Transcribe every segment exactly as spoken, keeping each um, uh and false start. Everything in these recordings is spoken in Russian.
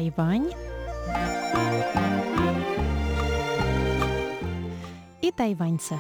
Тайвань и тайваньцы.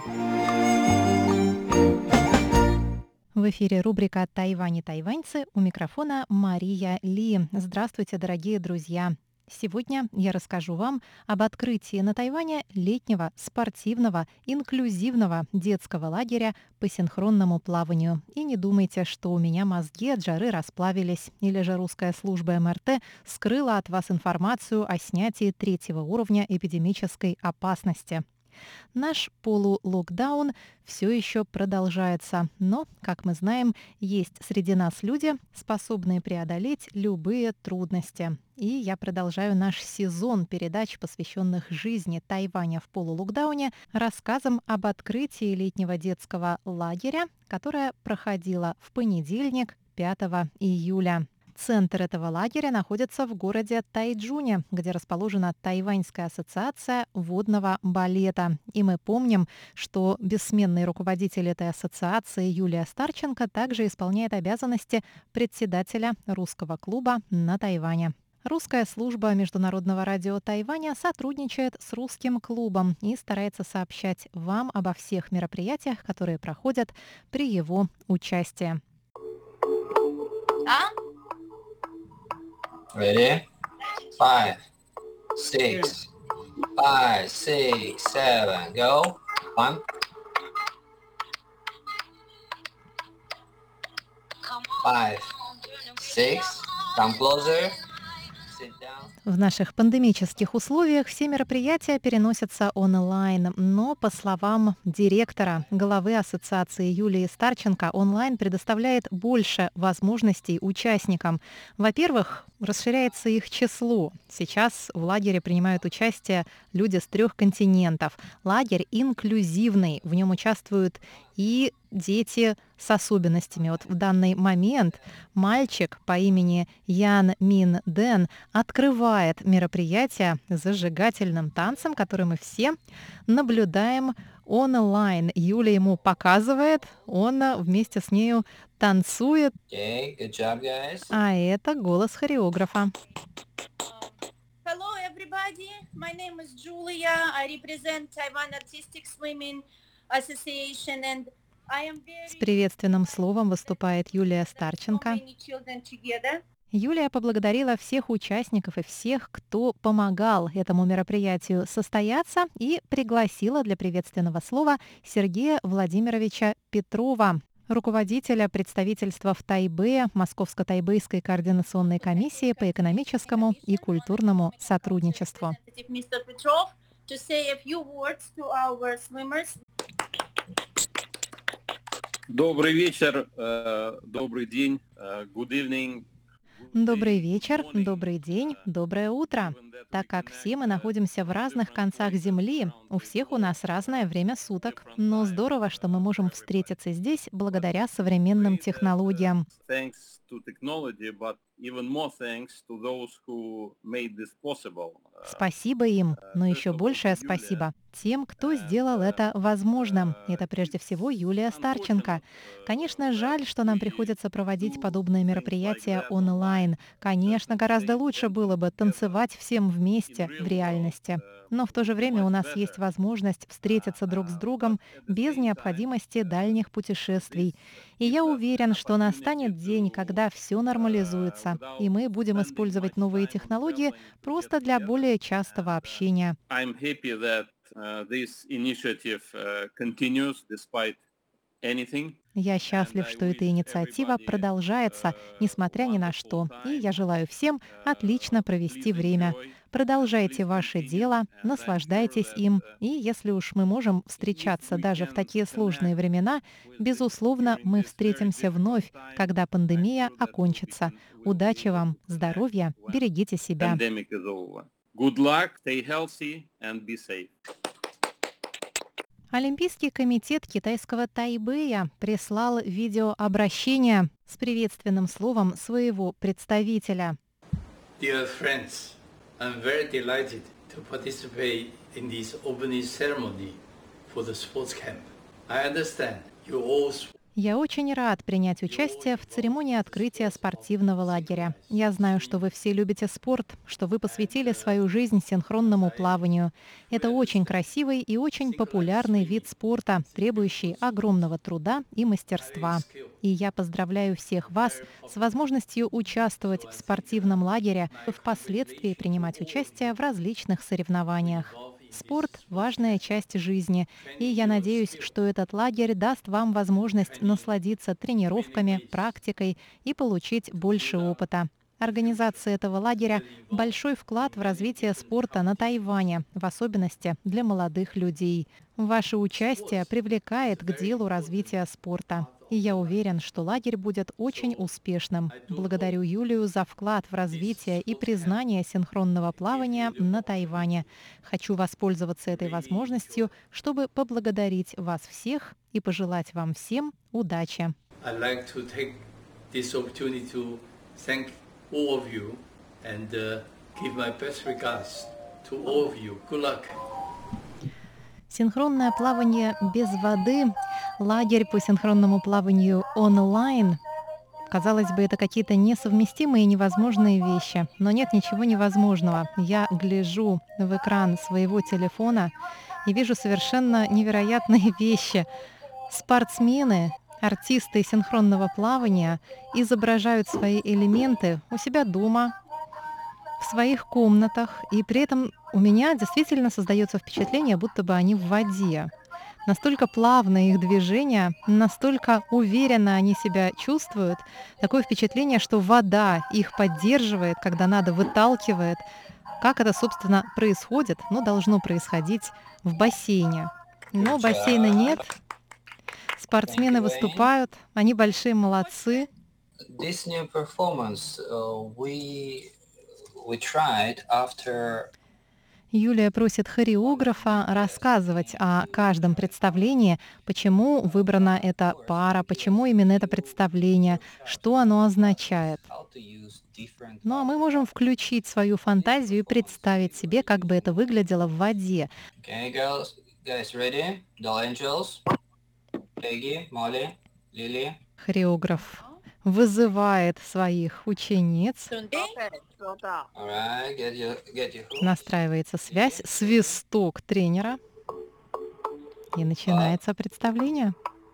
В эфире рубрика «Тайвань и тайваньцы», у микрофона Мария Ли. Здравствуйте, дорогие друзья! Сегодня я расскажу вам об открытии на Тайване летнего спортивного инклюзивного детского лагеря по синхронному плаванию. И не думайте, что у меня мозги от жары расплавились, или же русская служба эм эр тэ скрыла от вас информацию о снятии третьего уровня эпидемической опасности. Наш полулокдаун все еще продолжается, но, как мы знаем, есть среди нас люди, способные преодолеть любые трудности. И я продолжаю наш сезон передач, посвященных жизни Тайваня в полулокдауне, рассказом об открытии летнего детского лагеря, которое проходило в понедельник, пятого июля. Центр этого лагеря находится в городе Тайчжуне, где расположена Тайваньская ассоциация водного балета. И мы помним, что бессменный руководитель этой ассоциации Юлия Старченко также исполняет обязанности председателя русского клуба на Тайване. Русская служба Международного радио Тайваня сотрудничает с русским клубом и старается сообщать вам обо всех мероприятиях, которые проходят при его участии. А? Ready? Five, six, five, six, seven, go. One. Five, six, come closer. Sit down. В наших пандемических условиях все мероприятия переносятся онлайн, но, по словам директора, главы ассоциации Юлии Старченко, онлайн предоставляет больше возможностей участникам. Во-первых, расширяется их число. Сейчас в лагере принимают участие люди с трех континентов. Лагерь инклюзивный, в нем участвуют и дети с особенностями. Вот в данный момент мальчик по имени Ян Мин Дэн открывает мероприятие зажигательным танцем, который мы все наблюдаем онлайн. Юля ему показывает, он вместе с нею танцует. Okay, good job, guys. А это голос хореографа. Hello, everybody. My name is Julia. I represent Taiwan Artistic Swimming Association, and I am very... С приветственным словом выступает Юлия Старченко. So many children together. Юлия поблагодарила всех участников и всех, кто помогал этому мероприятию состояться, и пригласила для приветственного слова Сергея Владимировича Петрова, руководителя представительства в Тайбэе Московско-Тайбэйской координационной комиссии по экономическому и культурному сотрудничеству. мистер Петров, to say a few words to our swimmers. Добрый вечер, э, добрый день, э, good evening. Добрый вечер, добрый день, доброе утро. Так как все мы находимся в разных концах Земли, у всех у нас разное время суток. Но здорово, что мы можем встретиться здесь благодаря современным технологиям. Thanks to technology, but even more thanks to those who made this possible. Спасибо им, но еще большее спасибо тем, кто сделал это возможным. Это прежде всего Юлия Старченко. Конечно, жаль, что нам приходится проводить подобные мероприятия онлайн. Конечно, гораздо лучше было бы танцевать всем вместе в реальности. Но в то же время у нас есть возможность встретиться друг с другом без необходимости дальних путешествий. И я уверен, что настанет день, когда все нормализуется, и мы будем использовать новые технологии просто для более частого общения. I'm happy that uh, this initiative uh, continues despite anything. Я счастлив, что эта инициатива продолжается, несмотря ни на что. И я желаю всем отлично провести время. Продолжайте ваше дело, наслаждайтесь им. И если уж мы можем встречаться даже в такие сложные времена, безусловно, мы встретимся вновь, когда пандемия окончится. Удачи вам, здоровья, берегите себя. Pandemic is over. Good luck, stay healthy and be safe. Олимпийский комитет китайского Тайбэя прислал видеообращение с приветственным словом своего представителя. Dear friends, I'm very delighted to participate in this opening ceremony for the sports camp. I understand you all Я очень рад принять участие в церемонии открытия спортивного лагеря. Я знаю, что вы все любите спорт, что вы посвятили свою жизнь синхронному плаванию. Это очень красивый и очень популярный вид спорта, требующий огромного труда и мастерства. И я поздравляю всех вас с возможностью участвовать в спортивном лагере и впоследствии принимать участие в различных соревнованиях. Спорт– важная часть жизни, и я надеюсь, что этот лагерь даст вам возможность насладиться тренировками, практикой и получить больше опыта. Организация этого лагеря– большой вклад в развитие спорта на Тайване, в особенности для молодых людей. Ваше участие привлекает к делу развития спорта. И я уверен, что лагерь будет очень успешным. Благодарю Юлию за вклад в развитие и признание синхронного плавания на Тайване. Хочу воспользоваться этой возможностью, чтобы поблагодарить вас всех и пожелать вам всем удачи. I'd like to take this opportunity to thank all of you and uh, give my best regards to all of you. Good luck. Синхронное плавание без воды, лагерь по синхронному плаванию онлайн. Казалось бы, это какие-то несовместимые и невозможные вещи. Но нет ничего невозможного. Я гляжу в экран своего телефона и вижу совершенно невероятные вещи. Спортсмены, артисты синхронного плавания изображают свои элементы у себя дома, в своих комнатах, и при этом у меня действительно создается впечатление, будто бы они в воде. Настолько плавно их движения, настолько уверенно они себя чувствуют. Такое впечатление, что вода их поддерживает, когда надо, выталкивает. Как это, собственно, происходит? Ну, должно происходить в бассейне. Но бассейна нет. Спортсмены выступают, они большие молодцы. This new performance uh, we we tried after. Юлия просит хореографа рассказывать о каждом представлении, почему выбрана эта пара, почему именно это представление, что оно означает. Ну а мы можем включить свою фантазию и представить себе, как бы это выглядело в воде. Okay, girls, guys, ready? Doll Angels, Peggy, Molly, Lily. Хореограф вызывает своих учениц. Alright, get your get your hoops. Настраивается связь, свисток тренера. И начинается представление.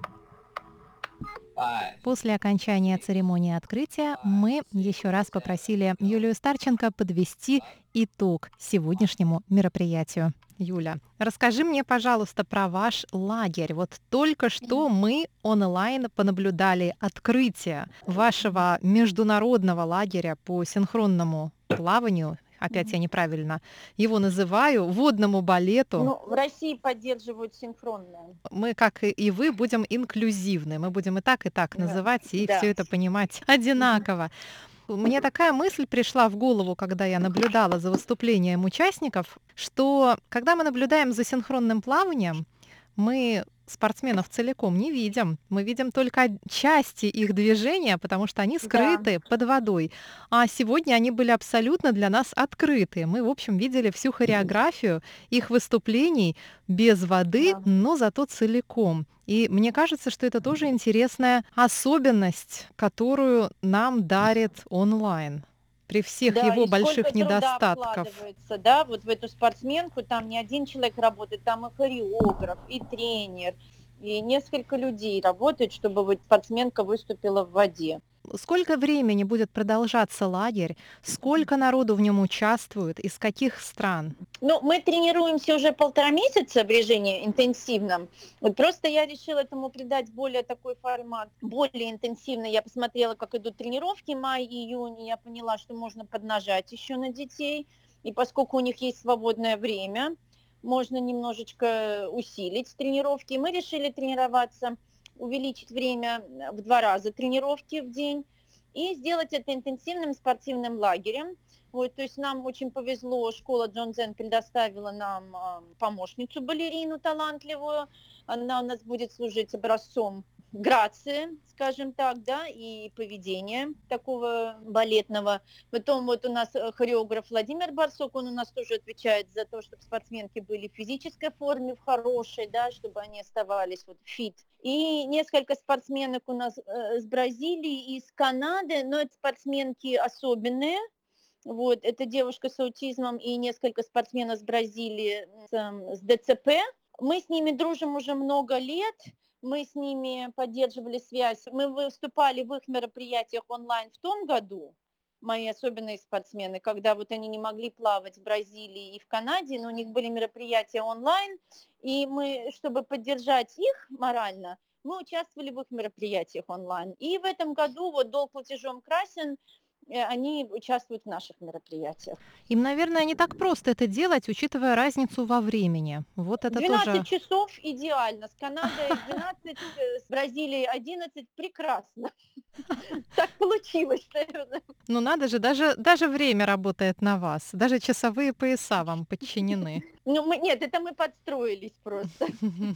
Five. После окончания церемонии открытия мы еще раз попросили Юлию Старченко подвести итог сегодняшнему мероприятию. Юля, расскажи мне, пожалуйста, про ваш лагерь. Вот только что мы онлайн понаблюдали открытие вашего международного лагеря по синхронному плаванию. Опять я неправильно его называю, водному балету. Ну, в России поддерживают синхронное. Мы, как и вы, будем инклюзивны. Мы будем и так, и так Да. называть, и Да. все это понимать одинаково. Мне такая мысль пришла в голову, когда я наблюдала за выступлением участников, что когда мы наблюдаем за синхронным плаванием, мы спортсменов целиком не видим. Мы видим только части их движения, потому что они скрыты под водой. А сегодня они были абсолютно для нас открыты. Мы, в общем, видели всю хореографию их выступлений без воды, Да. но зато целиком. И мне кажется, что это тоже интересная особенность, которую нам дарит онлайн. При всех Да, его и больших сколько труда недостатков. вкладывается, да, вот в эту спортсменку, там не один человек работает, там и хореограф, и тренер, и несколько людей работают, чтобы вот спортсменка выступила в воде. Сколько времени будет продолжаться лагерь? Сколько народу в нем участвует? Из каких стран? Ну, мы тренируемся уже полтора месяца в режиме интенсивном. Вот просто я решила этому придать более такой формат, более интенсивный. Я посмотрела, как идут тренировки май, июнь, и я поняла, что можно поднажать еще на детей. И поскольку у них есть свободное время, можно немножечко усилить тренировки. Мы решили тренироваться, увеличить время в два раза тренировки в день и сделать это интенсивным спортивным лагерем. Вот, то есть нам очень повезло, школа Джон Дзен предоставила нам э, помощницу, балерину талантливую. Она у нас будет служить образцом грации, скажем так, да, и поведения такого балетного. Потом вот у нас хореограф Владимир Барсук, он у нас тоже отвечает за то, чтобы спортсменки были в физической форме, в хорошей, да, чтобы они оставались вот фит. И несколько спортсменок у нас э, с Бразилии и с Канады, но это спортсменки особенные. Вот, это девушка с аутизмом и несколько спортсменов с Бразилии с, с ДЦП. Мы с ними дружим уже много лет. Мы с ними поддерживали связь. Мы выступали в их мероприятиях онлайн в том году, мои особенные спортсмены, когда вот они не могли плавать в Бразилии и в Канаде, но у них были мероприятия онлайн, и мы, чтобы поддержать их морально, мы участвовали в их мероприятиях онлайн. И в этом году вот долг платежом красен, они участвуют в наших мероприятиях. Им, наверное, не так просто это делать, учитывая разницу во времени. Вот это двенадцать тоже... часов идеально, с Канадой двенадцать, с Бразилией одиннадцать, прекрасно. Так получилось, наверное. Ну надо же, даже, даже время работает на вас, даже часовые пояса вам подчинены. Ну, мы, нет, это мы подстроились просто.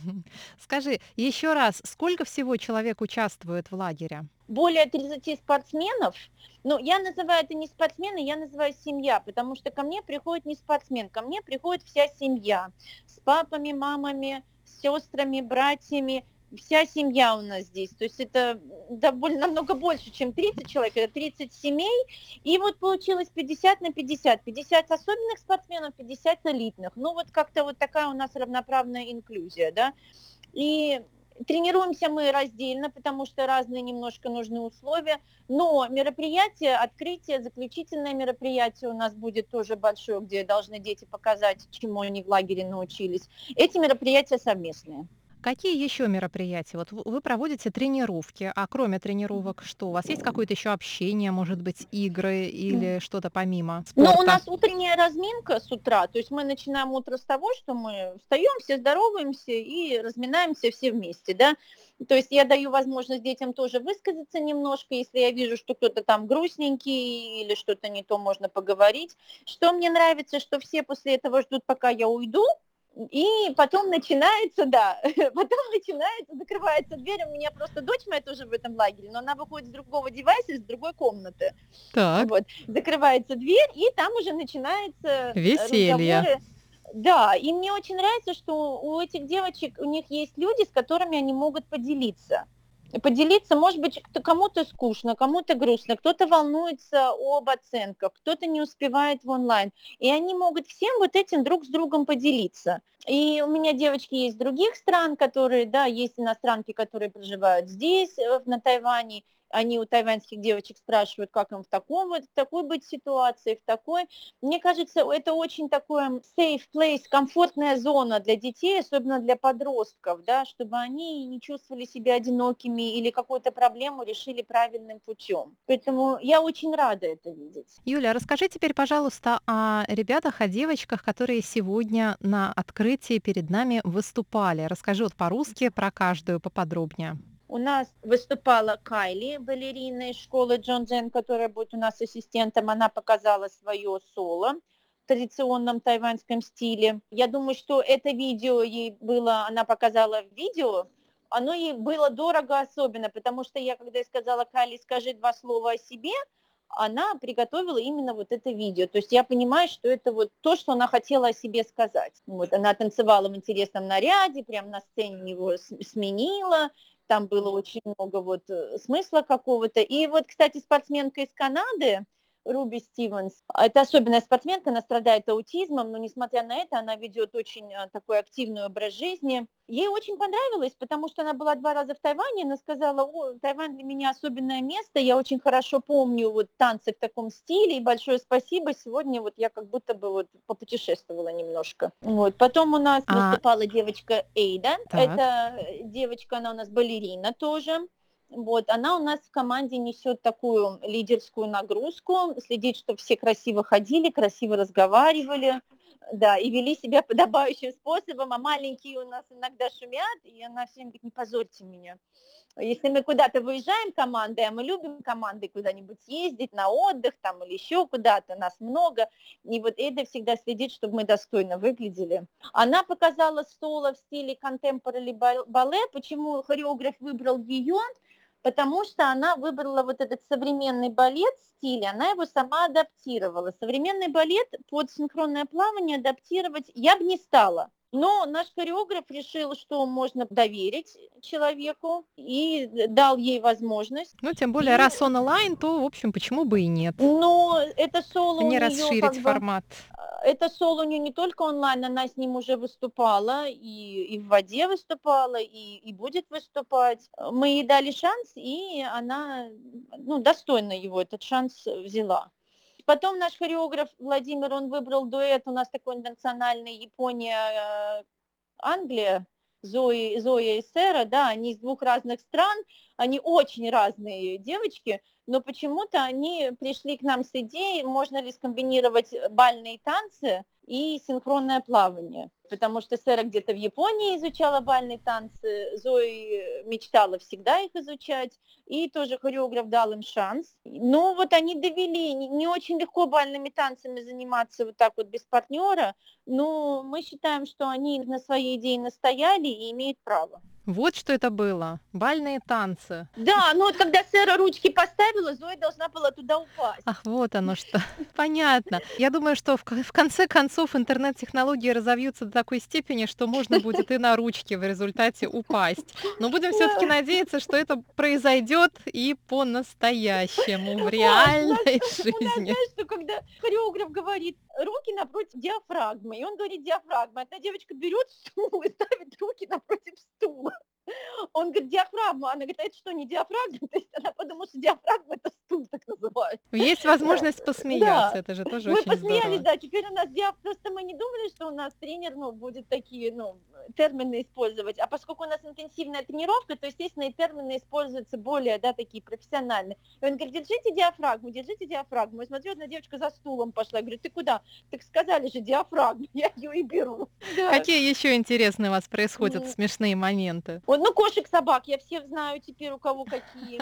Скажи еще раз, сколько всего человек участвует в лагере? Более тридцати спортсменов. Но я называю это не спортсмены, я называю семья, потому что ко мне приходит не спортсмен, ко мне приходит вся семья. С папами, мамами, с сестрами, братьями. Вся семья у нас здесь. То есть это довольно намного больше, чем тридцать человек, это тридцать семей. И вот получилось пятьдесят на пятьдесят. пятьдесят особенных спортсменов, пятьдесят элитных. Ну вот как-то вот такая у нас равноправная инклюзия, да. И тренируемся мы раздельно, потому что разные немножко нужны условия. Но мероприятие, открытие, заключительное мероприятие у нас будет тоже большое, где должны дети показать, чему они в лагере научились. Эти мероприятия совместные. Какие еще мероприятия? Вот вы проводите тренировки, а кроме тренировок что? У вас есть какое-то еще общение, может быть, игры или что-то помимо спорта? Ну, у нас утренняя разминка с утра, то есть мы начинаем утро с того, что мы встаем, все здороваемся и разминаемся все вместе, да. То есть я даю возможность детям тоже высказаться немножко, если я вижу, что кто-то там грустненький или что-то не то, можно поговорить. Что мне нравится, что все после этого ждут, пока я уйду. И потом начинается, да, потом начинается, закрывается дверь, у меня просто дочь моя тоже в этом лагере, но она выходит с другого девайса, из другой комнаты. Так. Вот, закрывается дверь, и там уже начинается Веселье. разговоры. Да, и мне очень нравится, что у этих девочек, у них есть люди, с которыми они могут поделиться. Поделиться, может быть, кому-то скучно, кому-то грустно, кто-то волнуется об оценках, кто-то не успевает в онлайн. И они могут всем вот этим друг с другом поделиться. И у меня девочки есть с других стран, которые, да, есть иностранки, которые проживают здесь, на Тайване. Они у тайваньских девочек спрашивают, как им в, таком, в такой быть ситуации, в такой. Мне кажется, это очень такое safe place, комфортная зона для детей, особенно для подростков, да, чтобы они не чувствовали себя одинокими или какую-то проблему решили правильным путем. Поэтому я очень рада это видеть. Юля, расскажи теперь, пожалуйста, о ребятах, о девочках, которые сегодня на открытии перед нами выступали. Расскажи вот по-русски про каждую поподробнее. У нас выступала Кайли, балерина из школы Джон Джен, которая будет у нас ассистентом. Она показала свое соло в традиционном тайваньском стиле. Я думаю, что это видео ей было, она показала в видео, оно ей было дорого особенно, потому что я, когда я сказала, Кайли, скажи два слова о себе, она приготовила именно вот это видео. То есть я понимаю, что это вот то, что она хотела о себе сказать. Вот, она танцевала в интересном наряде, прям на сцене его сменила. Там было очень много вот смысла какого-то. И вот, кстати, спортсменка из Канады, Руби Стивенс, это особенная спортсменка, она страдает аутизмом, но несмотря на это, она ведет очень такой активный образ жизни. Ей очень понравилось, потому что она была два раза в Тайване, она сказала, о, Тайвань для меня особенное место, я очень хорошо помню вот танцы в таком стиле, и большое спасибо, сегодня вот я как будто бы вот попутешествовала немножко. Вот. Потом у нас А... выступала девочка Эйда, Так. это девочка, она у нас балерина тоже. Вот, она у нас в команде несет такую лидерскую нагрузку, следит, чтобы все красиво ходили, красиво разговаривали. да, и вели себя подобающим способом, а маленькие у нас иногда шумят, и она всем говорит, не позорьте меня. Если мы куда-то выезжаем командой, а мы любим командой куда-нибудь ездить на отдых там или еще куда-то, нас много, и вот Эда всегда следит, чтобы мы достойно выглядели. Она показала соло в стиле contemporary балет. Почему хореограф выбрал ее? Потому что она выбрала вот этот современный балет стиль, она его сама адаптировала. Современный балет под синхронное плавание адаптировать я бы не стала. Но наш хореограф решил, что можно доверить человеку, и дал ей возможность. Ну, тем более, И- раз он онлайн, то, в общем, почему бы и нет? Но это соло у Не нее расширить как бы, формат. это соло у нее не только онлайн, она с ним уже выступала, и, и в воде выступала, и, и будет выступать. Мы ей дали шанс, и она ну, достойно его этот шанс взяла. Потом наш хореограф Владимир, он выбрал дуэт, у нас такой национальный, Япония, Англия, Зои, Зоя и Сера, да, они из двух разных стран, они очень разные девочки, но почему-то они пришли к нам с идеей, можно ли скомбинировать бальные танцы и синхронное плавание. Потому что Сера где-то в Японии изучала бальные танцы, Зои мечтала всегда их изучать, и тоже хореограф дал им шанс. Ну вот они довели, не, не очень легко бальными танцами заниматься вот так вот без партнера, но мы считаем, что они на своей идее настояли и имеют право. Вот что это было. Бальные танцы. Да, ну вот когда Сера ручки поставила, Зоя должна была туда упасть. Ах, вот оно что. Понятно. Я думаю, что в, ко- в конце концов интернет-технологии разовьются до такой степени, что можно будет и на ручки в результате упасть. Но будем все-таки надеяться, что это произойдет и по-настоящему в реальной жизни. Знаешь, что когда хореограф говорит руки напротив диафрагмы, и он говорит диафрагма, одна девочка берет стул и ставит руки напротив стула. Он говорит, диафрагма. Она говорит, а это что, не диафрагма? То есть она подумала, что диафрагма это стул, так называют. Есть возможность посмеяться, Да. это же тоже Мы очень посмеялись, здорово. да, теперь у нас диаф... Просто мы не думали, что у нас тренер, ну, будет такие, ну, термины использовать. А поскольку у нас интенсивная тренировка, то, естественно, и термины используются более, да, такие профессиональные. И он говорит, держите диафрагму, держите диафрагму. Я смотрю, одна девочка за стулом пошла. Я говорю, ты куда? Так сказали же диафрагму, я ее и беру. Да. Какие еще интересные у вас происходят М. смешные моменты? Вот, ну, кошек, собак, я всех знаю теперь, у кого какие,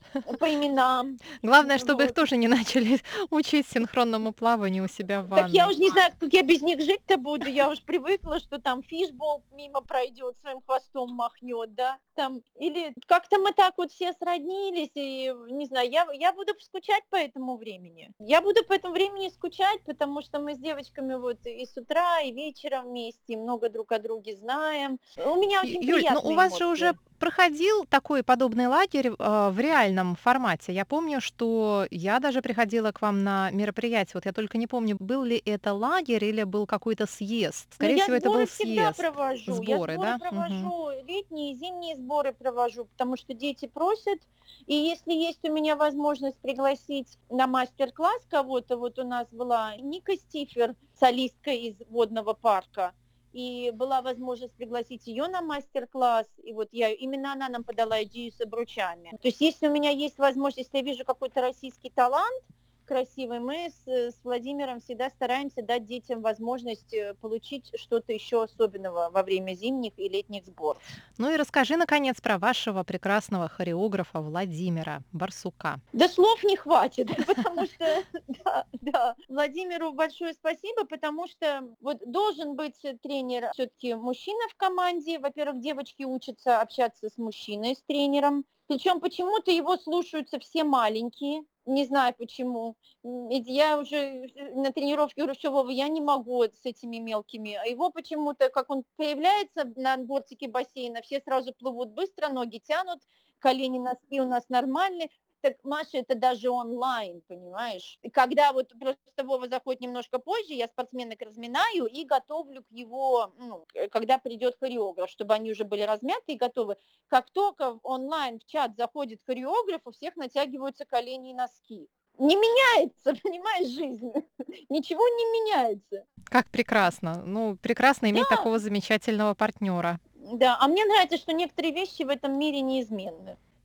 по именам. Главное, чтобы их Вот. тоже не начали учить синхронному плаванию у себя в Так я ванной. уже не знаю, как я без них жить-то буду. Я уже привыкла, что там фишбол мимо пройдет, своим хвостом махнет, да. Там, или как-то мы так вот все сроднились, и не знаю, я, я буду скучать по этому времени. Я буду по этому времени скучать, потому что мы с девочками вот и с утра, и вечером вместе, и много друг о друге знаем. У меня очень Юль, ну приятные у вас же эмоции. уже проходил такой подобный лагерь э, в реальном формате. Я помню, что я даже приходила к вам на мероприятие. Вот я только не помню, был ли это лагерь или был какой-то съезд. Ну, Скорее я всего, это сборы был всегда съезд. провожу. Сборы, я сборы да? провожу, летние и зимние сборы провожу, потому что дети просят. И если есть у меня возможность пригласить на мастер-класс кого-то, вот у нас была Ника Стифер, солистка из водного парка, и была возможность пригласить ее на мастер-класс, и вот я, именно она нам подала идею с обручами. То есть если у меня есть возможность, если я вижу какой-то российский талант красивый, мы с, с Владимиром всегда стараемся дать детям возможность э, получить что-то еще особенного во время зимних и летних сборов. Ну и расскажи, наконец, про вашего прекрасного хореографа Владимира Барсука. Да слов не хватит, потому что, да, да, Владимиру большое спасибо, потому что вот должен быть тренер все-таки мужчина в команде. Во-первых, девочки учатся общаться с мужчиной, с тренером. Причем почему-то его слушаются все маленькие, не знаю почему. Ведь я уже на тренировке говорю, что Вова, я не могу с этими мелкими. А его почему-то, как он появляется на бортике бассейна, все сразу плывут быстро, ноги тянут, колени носки у нас нормальные. Так, Маша, это даже онлайн, понимаешь? И когда вот просто Вова заходит немножко позже, я спортсменок разминаю и готовлю к его, ну, когда придет хореограф, чтобы они уже были размяты и готовы. Как только онлайн в чат заходит хореограф, у всех натягиваются колени и носки. Не меняется, понимаешь, жизнь. Ничего не меняется. Как прекрасно. Ну, прекрасно иметь Да. такого замечательного партнера. Да, а мне нравится, что некоторые вещи в этом мире неизменны.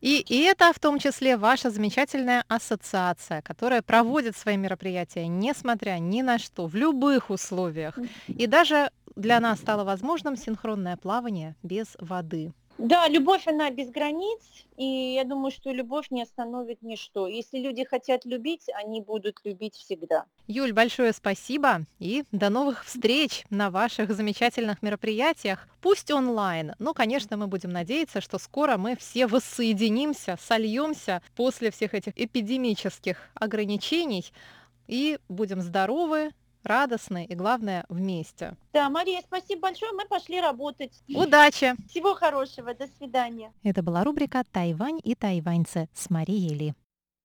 И, и это в том числе ваша замечательная ассоциация, которая проводит свои мероприятия, несмотря ни на что, в любых условиях. И даже для нас стало возможным синхронное плавание без воды. Да, любовь, она без границ, и я думаю, что любовь не остановит ничто. Если люди хотят любить, они будут любить всегда. Юль, большое спасибо и до новых встреч на ваших замечательных мероприятиях. Пусть онлайн, но, конечно, мы будем надеяться, что скоро мы все воссоединимся, сольемся после всех этих эпидемических ограничений и будем здоровы, радостны и, главное, вместе. Да, Мария, спасибо большое, мы пошли работать. Удачи! Всего хорошего, до свидания. Это была рубрика «Тайвань и тайваньцы» с Марией Ли.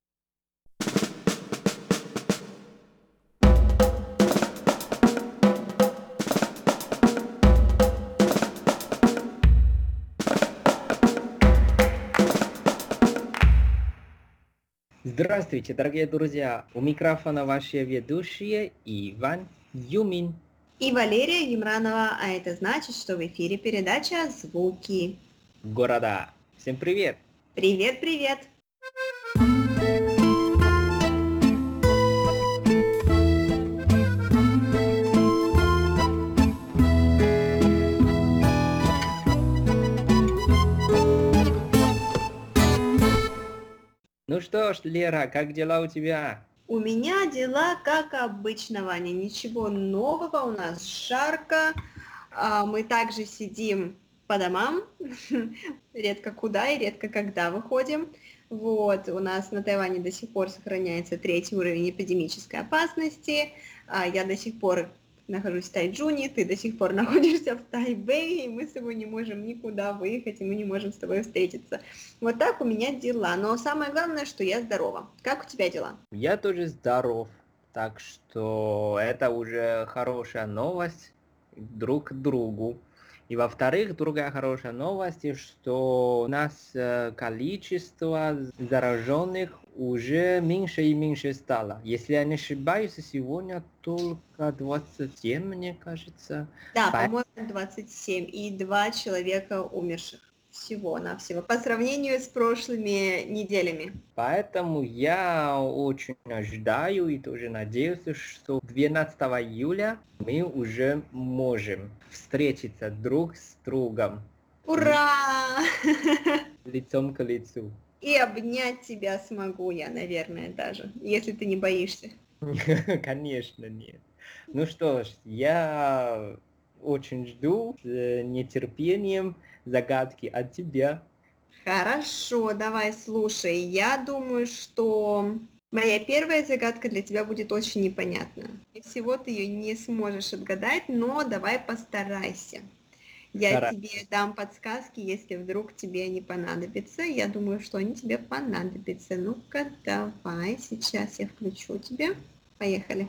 Здравствуйте, дорогие друзья! У микрофона ваши ведущие Иван Юмин и Валерия Юмранова, а это значит, что в эфире передача «Звуки города». Всем привет! Привет-привет! Ну что ж, Лера, как дела у тебя? У меня дела как обычно, Ваня, ничего нового, у нас жарко, мы также сидим по домам, редко куда и редко когда выходим. Вот, у нас на Тайване до сих пор сохраняется третий уровень эпидемической опасности, я до сих пор нахожусь в Тайчжуне, ты до сих пор находишься в Тайбэе, и мы с тобой не можем никуда выехать, и мы не можем с тобой встретиться. Вот так у меня дела. Но самое главное, что я здорова. Как у тебя дела? Я тоже здоров, так что это уже хорошая новость друг к другу. И во-вторых, другая хорошая новость, что у нас количество зараженных уже меньше и меньше стало. Если я не ошибаюсь, сегодня только двадцать семь, мне кажется. Да, по-моему, двадцать семь и два человека умерших всего-навсего по сравнению с прошлыми неделями. Поэтому я очень ожидаю и тоже надеюсь, что двенадцатого июля мы уже можем встретиться друг с другом. Ура! Лицом к лицу. И обнять тебя смогу я, наверное, даже, если ты не боишься. Конечно, нет. Ну что ж, я очень жду с нетерпением загадки от тебя. Хорошо, давай, слушай. Я думаю, что моя первая загадка для тебя будет очень непонятна. И всего ты ее не сможешь отгадать, но давай постарайся. Я Хорошо. тебе дам подсказки, если вдруг тебе они понадобятся. Я думаю, что они тебе понадобятся. Ну-ка, давай, сейчас я включу тебе. Поехали.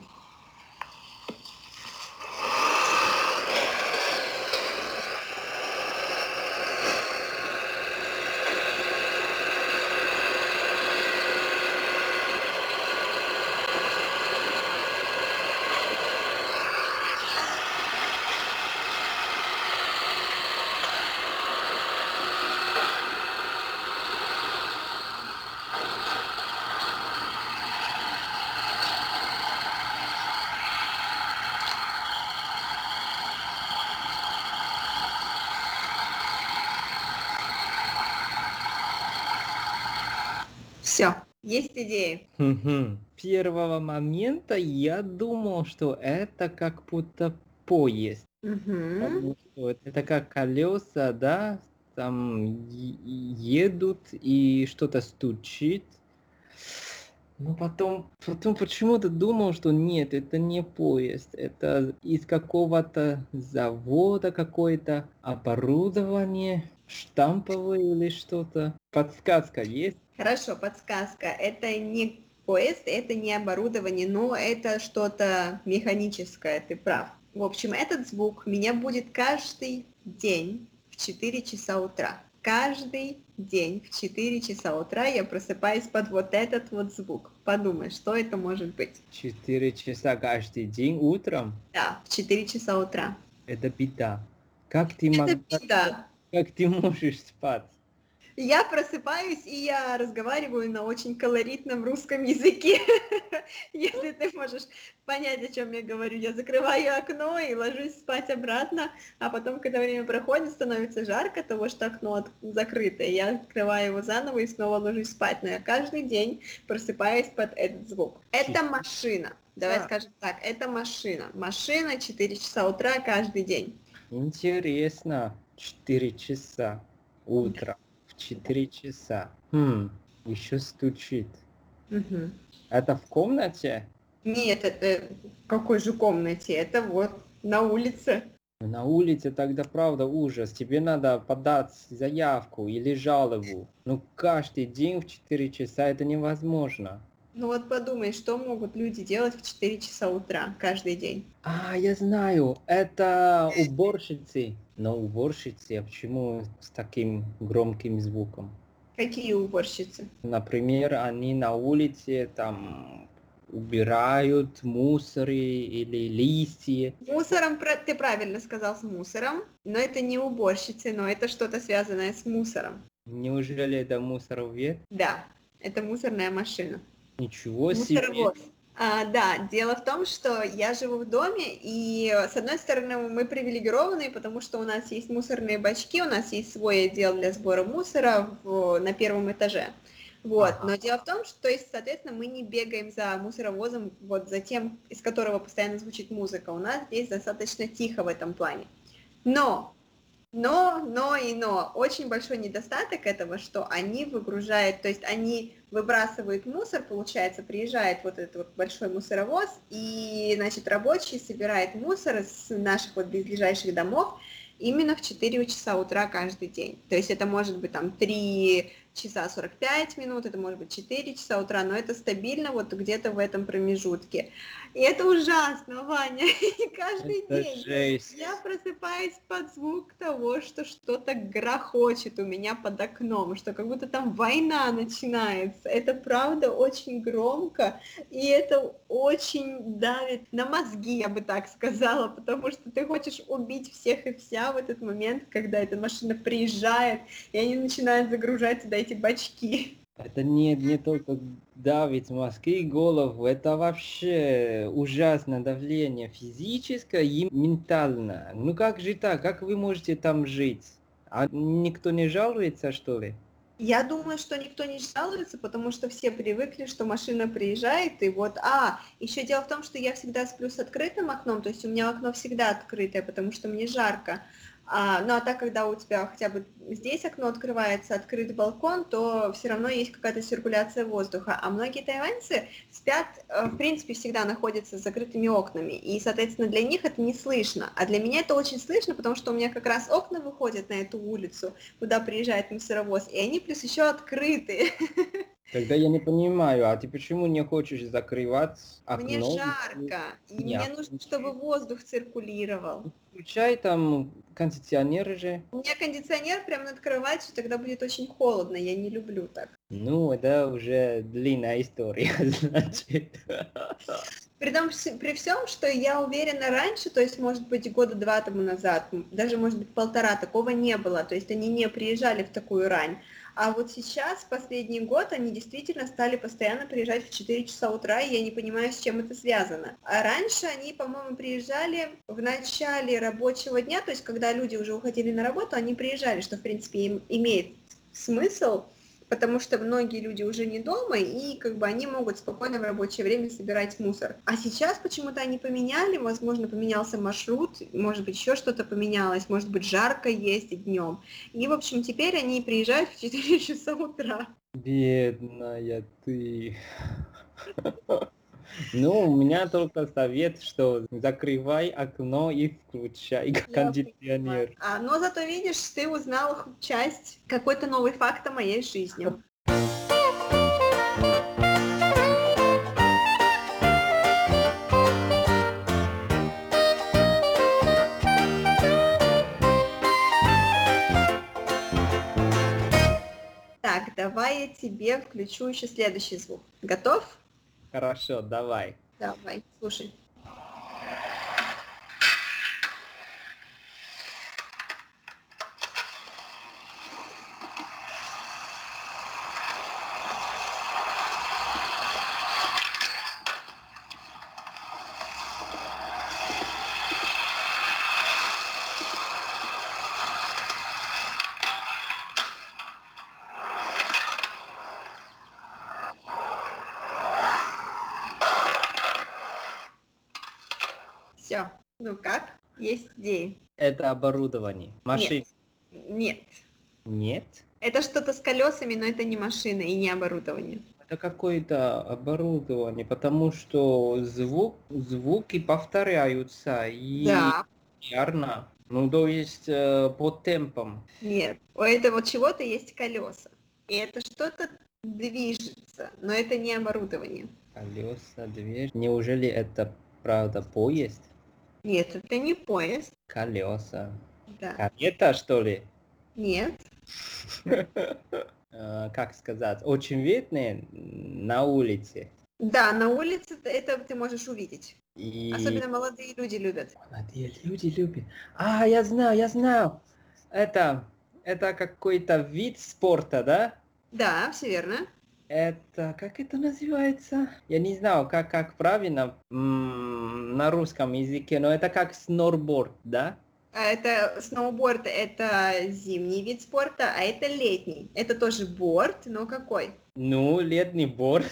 Все, есть идеи? Первого момента я думал, что это как будто поезд. Угу. Это как колеса, да, там едут и что-то стучит. Но потом, потом почему-то думал, что нет, это не поезд, это из какого-то завода какое-то оборудование, штамповое или что-то. Подсказка есть? Хорошо, подсказка. Это не поезд, это не оборудование, но это что-то механическое, ты прав. В общем, этот звук меня будет каждый день в четыре часа утра. Каждый день в четыре часа утра я просыпаюсь под вот этот вот звук. Подумай, что это может быть? четыре часа каждый день утром? Да, в четыре часа утра. Это беда. Как ты, Это мог... беда. как ты можешь спать? Я просыпаюсь, и я разговариваю на очень колоритном русском языке. Если ты можешь понять, о чем я говорю, я закрываю окно и ложусь спать обратно, а потом, когда время проходит, становится жарко того, что окно от- закрыто, и я открываю его заново и снова ложусь спать. Но я каждый день просыпаюсь под этот звук. Это машина. Давай Да. скажем так, это машина. Машина четыре часа утра каждый день. Интересно. четыре часа утра. В четыре часа. Хм, еще стучит. Мгм. Это в комнате? Нет, это в какой же комнате? Это вот на улице. На улице тогда правда ужас. Тебе надо подать заявку или жалобу. Ну каждый день в четыре часа это невозможно. Ну вот подумай, что могут люди делать в четыре часа утра каждый день? А, я знаю, это уборщицы. Но уборщицы, а почему с таким громким звуком? Какие уборщицы? Например, они на улице там убирают мусоры или листья. Мусором, про- ты правильно сказал, с мусором, но это не уборщицы, но это что-то связанное с мусором. Неужели это мусоровед? Да, это мусорная машина. Ничего себе. Мусоровоз. А, да, дело в том, что я живу в доме, и э, с одной стороны мы привилегированы, потому что у нас есть мусорные бачки, у нас есть свой отдел для сбора мусора в- на первом этаже. Вот, Ага. но дело в том, что, то есть, соответственно, мы не бегаем за мусоровозом, вот за тем, из которого постоянно звучит музыка. У нас здесь достаточно тихо в этом плане. Но но, но и но. Очень большой недостаток этого, что они выгружают, то есть они выбрасывают мусор, получается, приезжает вот этот вот большой мусоровоз, и, значит, рабочий собирает мусор с наших вот близлежащих домов именно в четыре часа утра каждый день. То есть это может быть там три часа сорок пять минут, это может быть четыре часа утра, но это стабильно вот где-то в этом промежутке. И это ужасно, Ваня, и каждый Это день жесть. я просыпаюсь под звук того, что что-то грохочет у меня под окном, что как будто там война начинается. Это правда очень громко, и это очень давит на мозги, я бы так сказала, потому что ты хочешь убить всех и вся в этот момент, когда эта машина приезжает, и они начинают загружать туда эти бачки. Это не, не только давит мозги и голову, это вообще ужасное давление физическое и ментальное. Ну как же так? Как вы можете там жить? А никто не жалуется, что ли? Я думаю, что никто не жалуется, потому что все привыкли, что машина приезжает, и вот, а, еще дело в том, что я всегда сплю с открытым окном, то есть у меня окно всегда открытое, потому что мне жарко. А, ну а так, когда у тебя хотя бы здесь окно открывается, открыт балкон, то все равно есть какая-то циркуляция воздуха. А многие тайваньцы спят, э, в принципе, всегда находятся с закрытыми окнами, и, соответственно, для них это не слышно. А для меня это очень слышно, потому что у меня как раз окна выходят на эту улицу, куда приезжает мусоровоз, и они плюс еще открыты. Тогда я не понимаю, а ты почему не хочешь закрывать окно? Мне жарко, и Не, мне нужно, чтобы воздух циркулировал. Включай там кондиционер же. У меня кондиционер прямо над кроватью, тогда будет очень холодно, я не люблю так. Ну, это уже длинная история, значит. При, том, вс- при всем, что я уверена раньше, то есть, может быть, года два тому назад, м, даже, может быть, полтора, такого не было, то есть они не приезжали в такую рань. А вот сейчас, последний год, они действительно стали постоянно приезжать в четыре часа утра, и я не понимаю, с чем это связано. А раньше они, по-моему, приезжали в начале рабочего дня, то есть когда люди уже уходили на работу, они приезжали, что, в принципе, им имеет смысл, потому что многие люди уже не дома, и как бы они могут спокойно в рабочее время собирать мусор. А сейчас почему-то они поменяли, возможно, поменялся маршрут, может быть, еще что-то поменялось, может быть, жарко есть днем. И, в общем, теперь они приезжают в четыре часа утра. Бедная ты. Ну, у меня только совет, что закрывай окно и включай Я кондиционер. понимаю. А, но зато, видишь, ты узнал хоть часть, какой-то новый факт о моей жизни. Так, давай я тебе включу еще следующий звук. Готов? Хорошо, давай. Давай, слушай. Все. Ну как? Есть идеи? Это оборудование. Машина. Нет. Нет? Это что-то с колесами, но это не машина и не оборудование. Это какое-то оборудование, потому что звук, звуки повторяются и Да. верно. Ну, то есть э, по темпам. Нет. У этого чего-то есть колеса. И это что-то движется, но это не оборудование. Колеса, дверь. Неужели это правда поезд? Нет, это не поезд. Колеса. Да. Карета, что ли? Нет. Э, Как сказать? Очень видны на улице. Да, на улице т- это ты можешь увидеть. И Особенно молодые люди любят. молодые люди любят. А, я знаю, я знаю. Это, это какой-то вид спорта, да? Да, все верно. Это, как это называется? Я не знаю, как, как правильно м, на русском языке, но это как сноуборд, да? А Это сноуборд, это зимний вид спорта, а это летний. Это тоже борд, но какой? Ну, летний борд.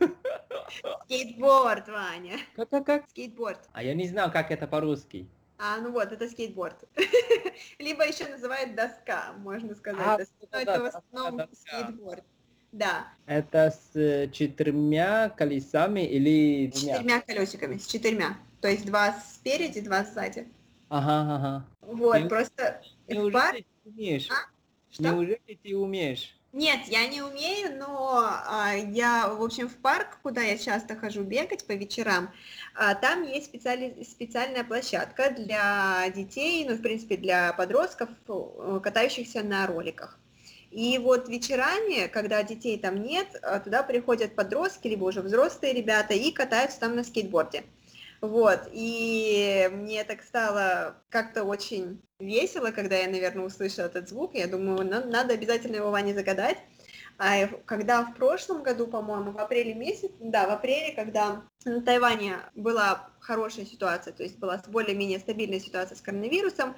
Скейтборд, Ваня. Как, как, как? Скейтборд. А я не знаю, как это по-русски. А, ну вот, это скейтборд. Либо еще называют доска, можно сказать. А, доска. Но да, это в доска, основном доска. скейтборд. Да, Это с э, четырьмя колесами или с двумя? четырьмя колесиками, с четырьмя. То есть два спереди, два сзади. Ага, ага. Вот, Ты- просто в пар- Неужели ты умеешь? А? Что? Неужели ты умеешь? Нет, я не умею, но а, я, в общем, в парк, куда я часто хожу бегать по вечерам, а, там есть специали- специальная площадка для детей, ну, в принципе, для подростков, э, катающихся на роликах. И вот вечерами, когда детей там нет, а, туда приходят подростки, либо уже взрослые ребята, и катаются там на скейтборде. Вот, и мне так стало как-то очень весело, когда я, наверное, услышала этот звук. Я думаю, на- надо обязательно его Ване загадать. А в- когда в прошлом году, по-моему, в апреле месяце, да, в апреле, когда на Тайване была хорошая ситуация, то есть была более-менее стабильная ситуация с коронавирусом,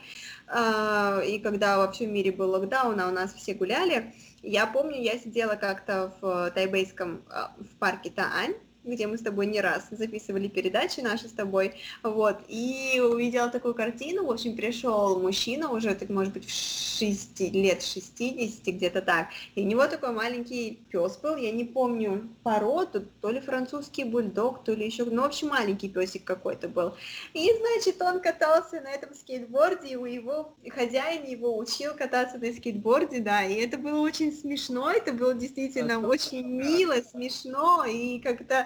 а, и когда во всем мире был локдаун, а у нас все гуляли, я помню, я сидела как-то в тайбэйском, а, в парке Таань, где мы с тобой не раз записывали передачи наши с тобой, вот, и увидела такую картину, в общем, пришел мужчина уже, так, может быть, в шести, лет шестидесяти, где-то так, и у него такой маленький пес был, я не помню породу, то ли французский бульдог, то ли еще, ну, в общем, маленький песик какой-то был, и, значит, он катался на этом скейтборде, и у его хозяин его учил кататься на скейтборде, да, и это было очень смешно, это было действительно очень мило, смешно, и как-то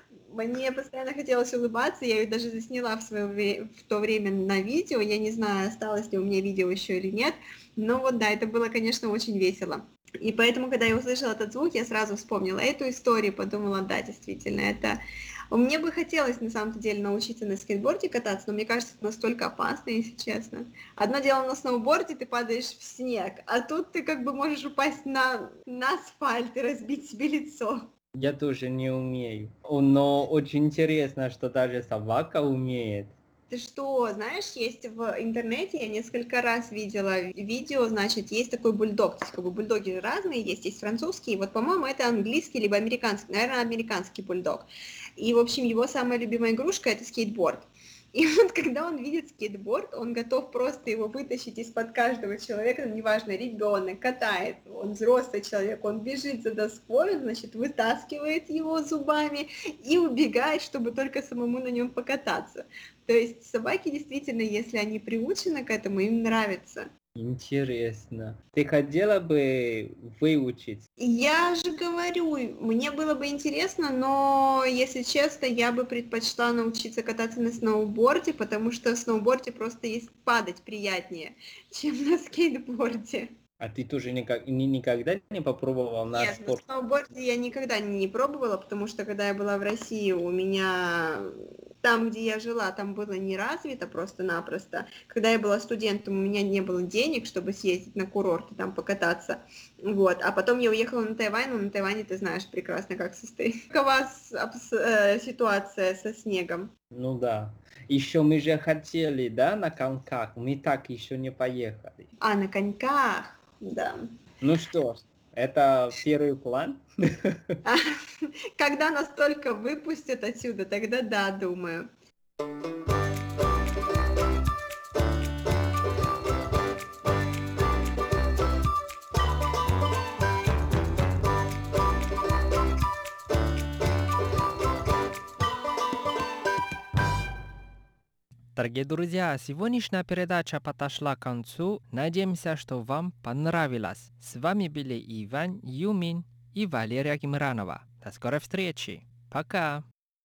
мне постоянно хотелось улыбаться, я ее даже засняла в, свое вре- в то время на видео, я не знаю, осталось ли у меня видео еще или нет, но вот да, это было, конечно, очень весело. И поэтому, когда я услышала этот звук, я сразу вспомнила эту историю, подумала, да, действительно, это... Мне бы хотелось, на самом деле, научиться на скейтборде кататься, но мне кажется, это настолько опасно, если честно. Одно дело на сноуборде, ты падаешь в снег, а тут ты как бы можешь упасть на, на асфальт и разбить себе лицо. Я тоже не умею. О, но очень интересно, что даже собака умеет. Ты что, знаешь, есть в интернете, я несколько раз видела видео, значит, есть такой бульдог, то есть как бы бульдоги разные есть, есть французский, вот, по-моему, это английский, либо американский, наверное, американский бульдог. И, в общем, его самая любимая игрушка — это скейтборд. И вот когда он видит скейтборд, он готов просто его вытащить из-под каждого человека, неважно, ребенок, катает, он взрослый человек, он бежит за доской, он, значит, вытаскивает его зубами и убегает, чтобы только самому на нем покататься. То есть собаки действительно, если они приучены к этому, им нравится. Интересно. Ты хотела бы выучить? Я же говорю, мне было бы интересно, но, если честно, я бы предпочла научиться кататься на сноуборде, потому что на сноуборде просто есть падать приятнее, чем на скейтборде. А ты тоже никак, ни- никогда не попробовал на Нет, на спорт? сноуборде я никогда не пробовала, потому что когда я была в России, у меня там, где я жила, там было не развито просто-напросто. Когда я была студентом, у меня не было денег, чтобы съездить на курорт и там покататься. Вот. А потом я уехала на Тайвань, но на Тайване ты знаешь прекрасно, как состоит. Какова с- абс- э, ситуация со снегом? Ну да. Еще мы же хотели, да, на коньках. Мы так еще не поехали. А, на коньках, да. Ну что ж, это первый план. А, Когда нас только выпустят отсюда, тогда да, думаю. Дорогие друзья, сегодняшняя передача подошла к концу. Надеемся, что вам понравилось. С вами были Иван Юмин и Валерия Гимранова. До скорой встречи. Пока.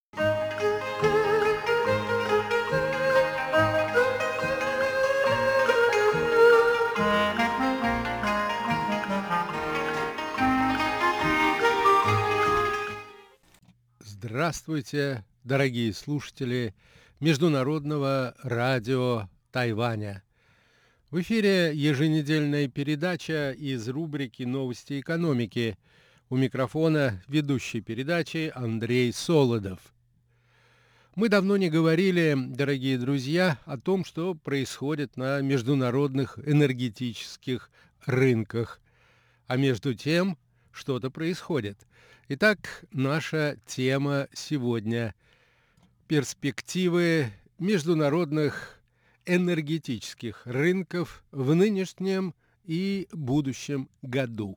Здравствуйте, дорогие слушатели Международного радио Тайваня. В эфире еженедельная передача из рубрики «Новости экономики». У микрофона ведущий передачи Андрей Солодов. Мы давно не говорили, дорогие друзья, о том, что происходит на международных энергетических рынках. А между тем что-то происходит. Итак, наша тема сегодня – перспективы международных энергетических рынков в нынешнем и будущем году.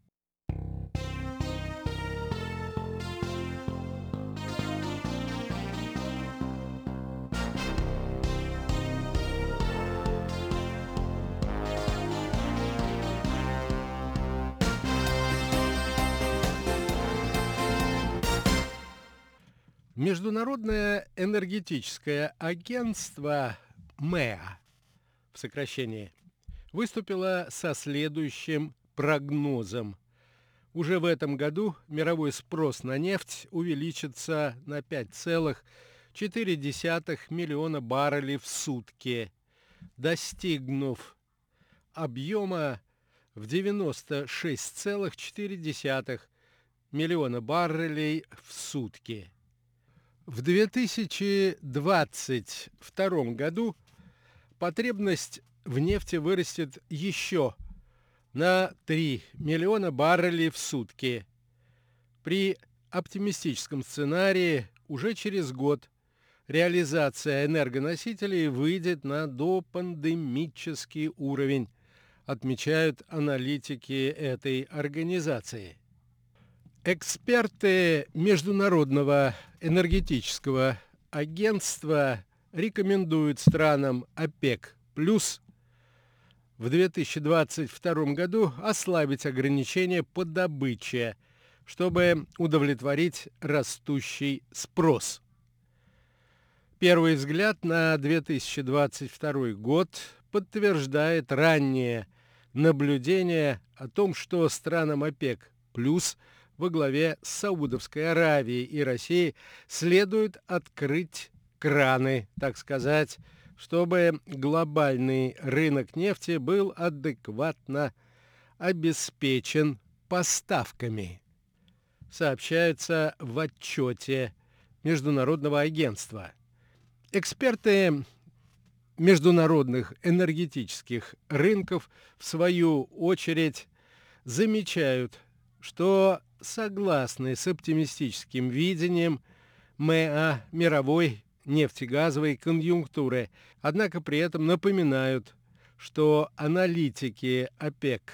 Международное энергетическое агентство МЭА, в сокращении, выступило со следующим прогнозом. Уже в этом году мировой спрос на нефть увеличится на пять целых четыре десятых миллиона баррелей в сутки, достигнув объема в девяносто шесть целых четыре десятых миллиона баррелей в сутки. В две тысячи двадцать втором году потребность в нефти вырастет еще на три миллиона баррелей в сутки. При оптимистическом сценарии уже через год реализация энергоносителей выйдет на допандемический уровень, отмечают аналитики этой организации. Эксперты Международного энергетического агентства рекомендуют странам ОПЕК+ в две тысячи двадцать втором году ослабить ограничения по добыче, чтобы удовлетворить растущий спрос. Первый взгляд на две тысячи двадцать второй год подтверждает раннее наблюдение о том, что странам ОПЕК+ во главе с Саудовской Аравией и Россией следует открыть краны, так сказать, чтобы глобальный рынок нефти был адекватно обеспечен поставками, сообщается в отчете Международного агентства. Эксперты международных энергетических рынков, в свою очередь, замечают, что согласны с оптимистическим видением МЭА мировой нефтегазовой конъюнктуры, однако при этом напоминают, что аналитики ОПЕК+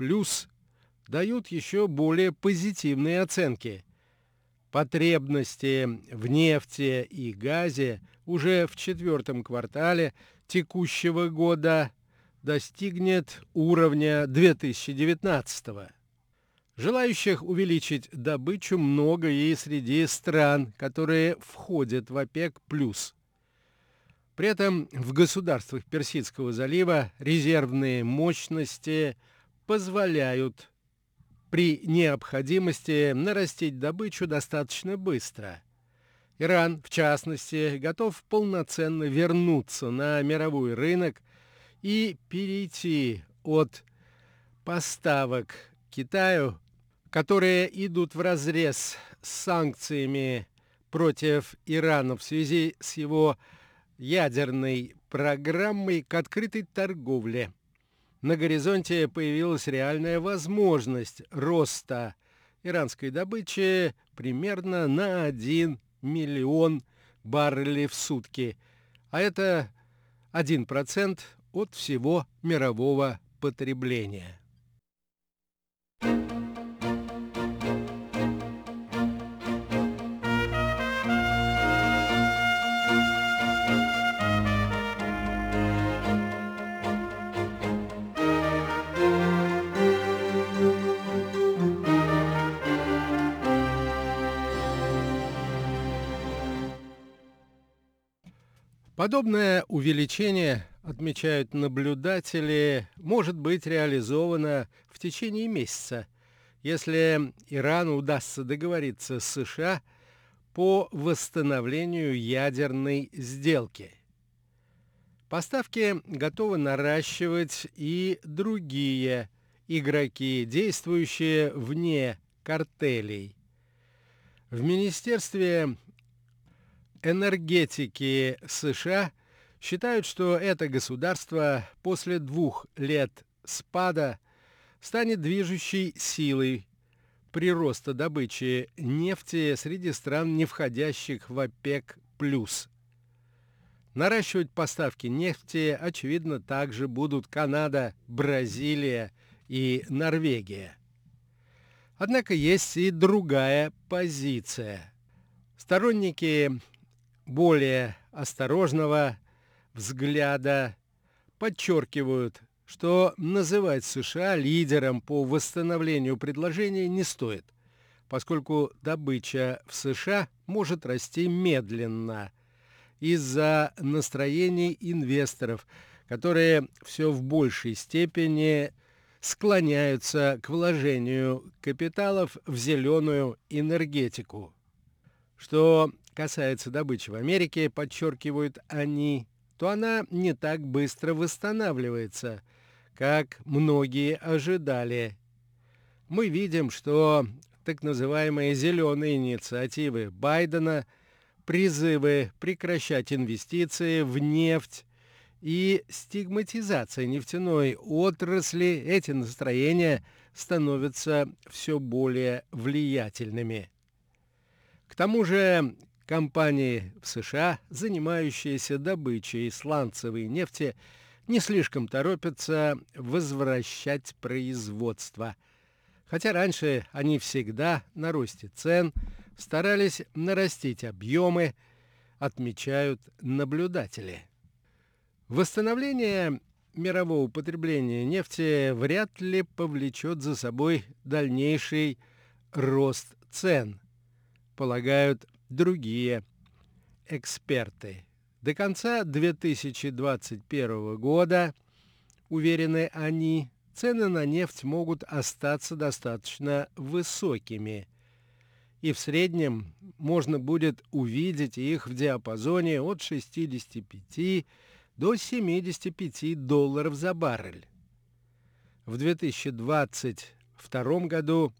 дают еще более позитивные оценки. Потребности в нефти и газе уже в четвертом квартале текущего года достигнет уровня две тысячи девятнадцатого. Желающих увеличить добычу много и среди стран, которые входят в ОПЕК+. При этом в государствах Персидского залива резервные мощности позволяют при необходимости нарастить добычу достаточно быстро. Иран, в частности, готов полноценно вернуться на мировой рынок и перейти от поставок Китаю, которые идут вразрез с санкциями против Ирана в связи с его ядерной программой, к открытой торговле. На горизонте появилась реальная возможность роста иранской добычи примерно на один миллион баррелей в сутки, а это один процент от всего мирового потребления. Подобное увеличение, отмечают наблюдатели, может быть реализовано в течение месяца, если Ирану удастся договориться с США по восстановлению ядерной сделки. Поставки готовы наращивать и другие игроки, действующие вне картелей. В Министерстве энергетики США считают, что это государство после двух лет спада станет движущей силой прироста добычи нефти среди стран, не входящих в ОПЕК+. Наращивать поставки нефти, очевидно, также будут Канада, Бразилия и Норвегия. Однако есть и другая позиция. Сторонники более осторожного взгляда подчеркивают, что называть США лидером по восстановлению предложения не стоит, поскольку добыча в США может расти медленно из-за настроений инвесторов, которые все в большей степени склоняются к вложению капиталов в зеленую энергетику. Что касается добычи в Америке, подчеркивают они, то она не так быстро восстанавливается, как многие ожидали. Мы видим, что так называемые зеленые инициативы Байдена, призывы прекращать инвестиции в нефть и стигматизация нефтяной отрасли, эти настроения становятся все более влиятельными. К тому же компании в США, занимающиеся добычей сланцевой нефти, не слишком торопятся возвращать производство. Хотя раньше они всегда на росте цен старались нарастить объемы, отмечают наблюдатели. Восстановление мирового потребления нефти вряд ли повлечет за собой дальнейший рост цен, полагают другие эксперты. До конца две тысячи двадцать первого года, уверены они, цены на нефть могут остаться достаточно высокими, и в среднем можно будет увидеть их в диапазоне от шестидесяти пяти до семидесяти пяти долларов за баррель. В две тысячи двадцать втором году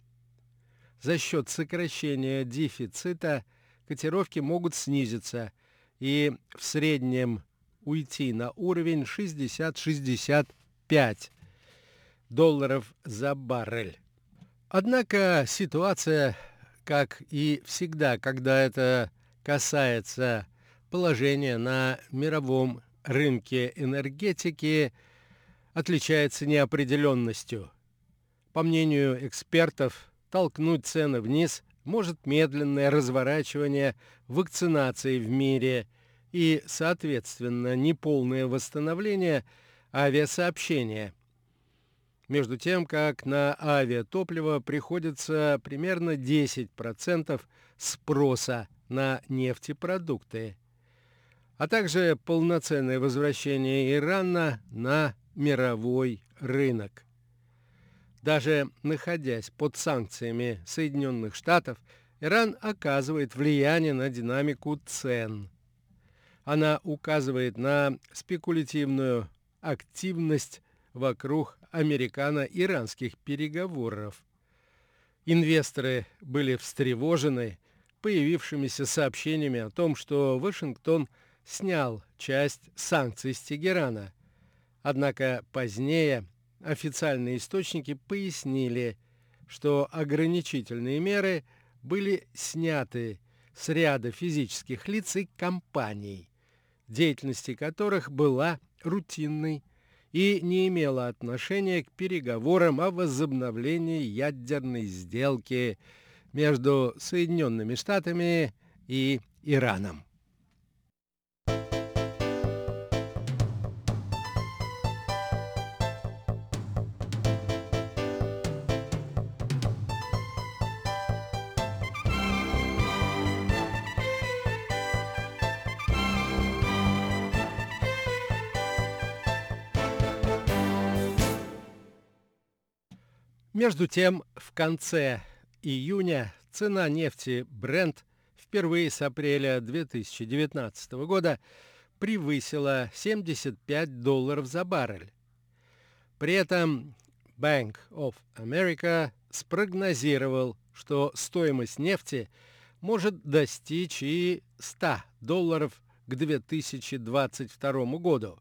за счет сокращения дефицита котировки могут снизиться и в среднем уйти на уровень шестьдесят — шестьдесят пять долларов за баррель. Однако ситуация, как и всегда, когда это касается положения на мировом рынке энергетики, отличается неопределенностью. По мнению экспертов, толкнуть цены вниз может медленное разворачивание вакцинации в мире и, соответственно, неполное восстановление авиасообщения. Между тем, как на авиатопливо приходится примерно десять процентов спроса на нефтепродукты, а также полноценное возвращение Ирана на мировой рынок. Даже находясь под санкциями Соединенных Штатов, Иран оказывает влияние на динамику цен. Она указывает на спекулятивную активность вокруг американо-иранских переговоров. Инвесторы были встревожены появившимися сообщениями о том, что Вашингтон снял часть санкций с Тегерана. Однако позднее официальные источники пояснили, что ограничительные меры были сняты с ряда физических лиц и компаний, деятельность которых была рутинной и не имела отношения к переговорам о возобновлении ядерной сделки между Соединенными Штатами и Ираном. Между тем, в конце июня цена нефти Brent впервые с апреля две тысячи девятнадцатого года превысила семьдесят пять долларов за баррель. При этом Bank of America спрогнозировал, что стоимость нефти может достичь и ста долларов к две тысячи двадцать второму году.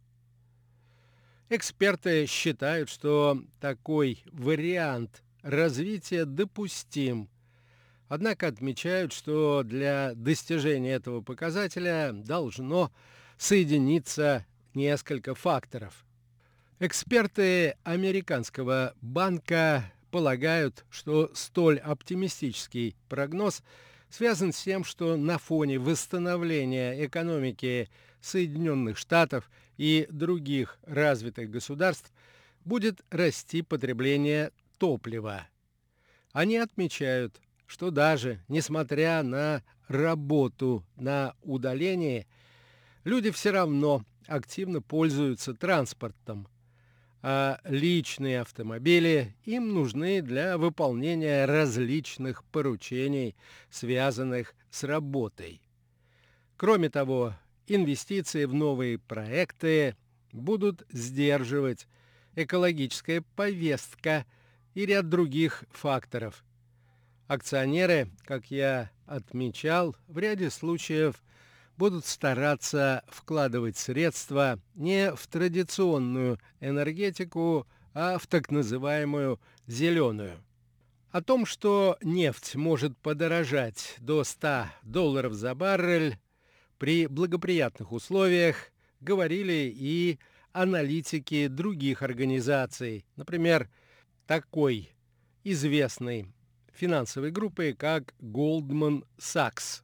Эксперты считают, что такой вариант развития допустим, однако отмечают, что для достижения этого показателя должно соединиться несколько факторов. Эксперты американского банка полагают, что столь оптимистический прогноз связан с тем, что на фоне восстановления экономики Соединенных Штатов и других развитых государств будет расти потребление топлива. Они отмечают, что даже несмотря на работу на удалении, люди все равно активно пользуются транспортом, а личные автомобили им нужны для выполнения различных поручений, связанных с работой. Кроме того, инвестиции в новые проекты будут сдерживать экологическая повестка и ряд других факторов. Акционеры, как я отмечал, в ряде случаев будут стараться вкладывать средства не в традиционную энергетику, а в так называемую зеленую. О том, что нефть может подорожать до ста долларов за баррель при благоприятных условиях, говорили и аналитики других организаций, например, такой известной финансовой группы, как Goldman Sachs.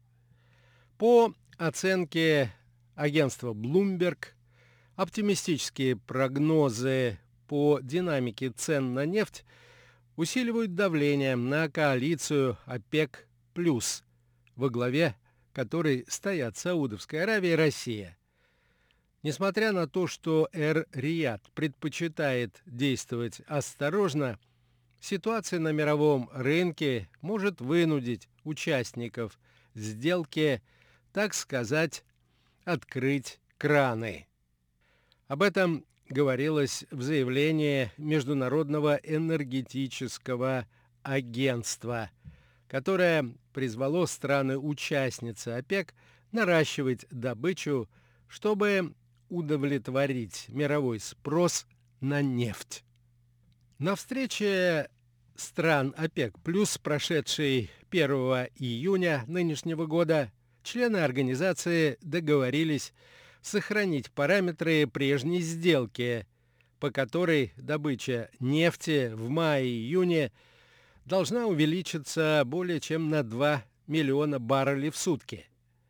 По оценке агентства Bloomberg, оптимистические прогнозы по динамике цен на нефть усиливают давление на коалицию ОПЕК+, во главе которой стоят Саудовская Аравия и Россия. Несмотря на то, что Эр-Рияд предпочитает действовать осторожно, ситуация на мировом рынке может вынудить участников сделки, так сказать, открыть краны. Об этом говорилось в заявлении Международного энергетического агентства, которое призвало страны-участницы ОПЕК наращивать добычу, чтобы удовлетворить мировой спрос на нефть. На встрече стран ОПЕК+, прошедшей первого июня нынешнего года, члены организации договорились сохранить параметры прежней сделки, по которой добыча нефти в мае-июне должна увеличиться более чем на два миллиона баррелей в сутки.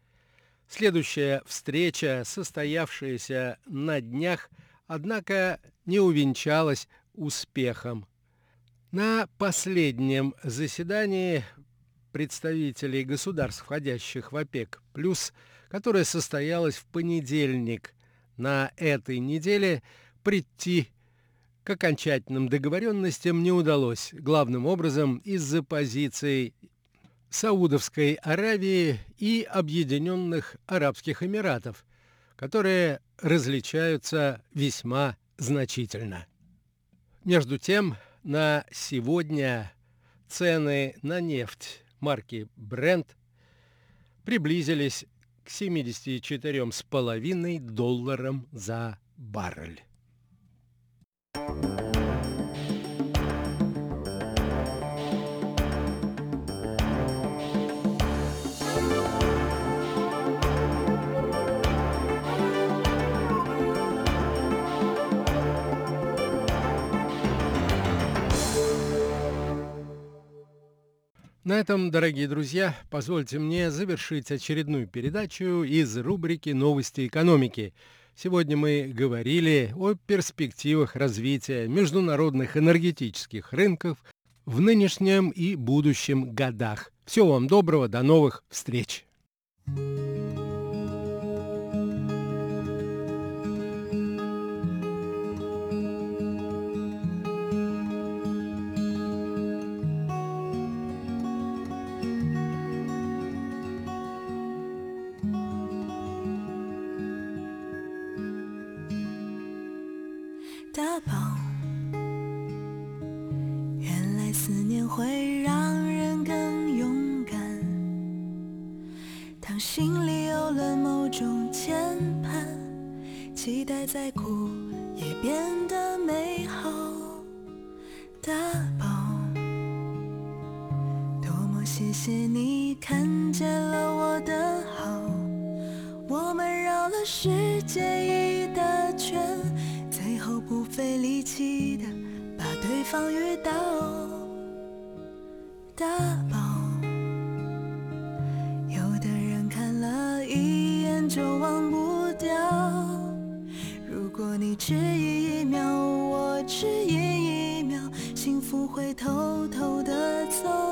Следующая встреча, состоявшаяся на днях, однако не увенчалась успехом. На последнем заседании представителей государств, входящих в ОПЕК+, которое состоялось в понедельник на этой неделе, прийти к окончательным договоренностям не удалось, главным образом из-за позиций Саудовской Аравии и Объединенных Арабских Эмиратов, которые различаются весьма значительно. Между тем, на сегодня цены на нефть марки Brent приблизились к семидесяти четырем с половиной долларам за баррель. На этом, дорогие друзья, позвольте мне завершить очередную передачу из рубрики «Новости экономики». Сегодня мы говорили о перспективах развития международных энергетических рынков в нынешнем и будущем годах. Всего вам доброго, до новых встреч! 当心里有了某种牵绊，期待再苦也变得美好。大宝，多么谢谢你看见了我的好，我们绕了世界一大圈，最后不费力气的把对方遇到。大宝，有的人看了一眼就忘不掉，如果你迟疑一秒，我迟疑一秒，幸福会偷偷的走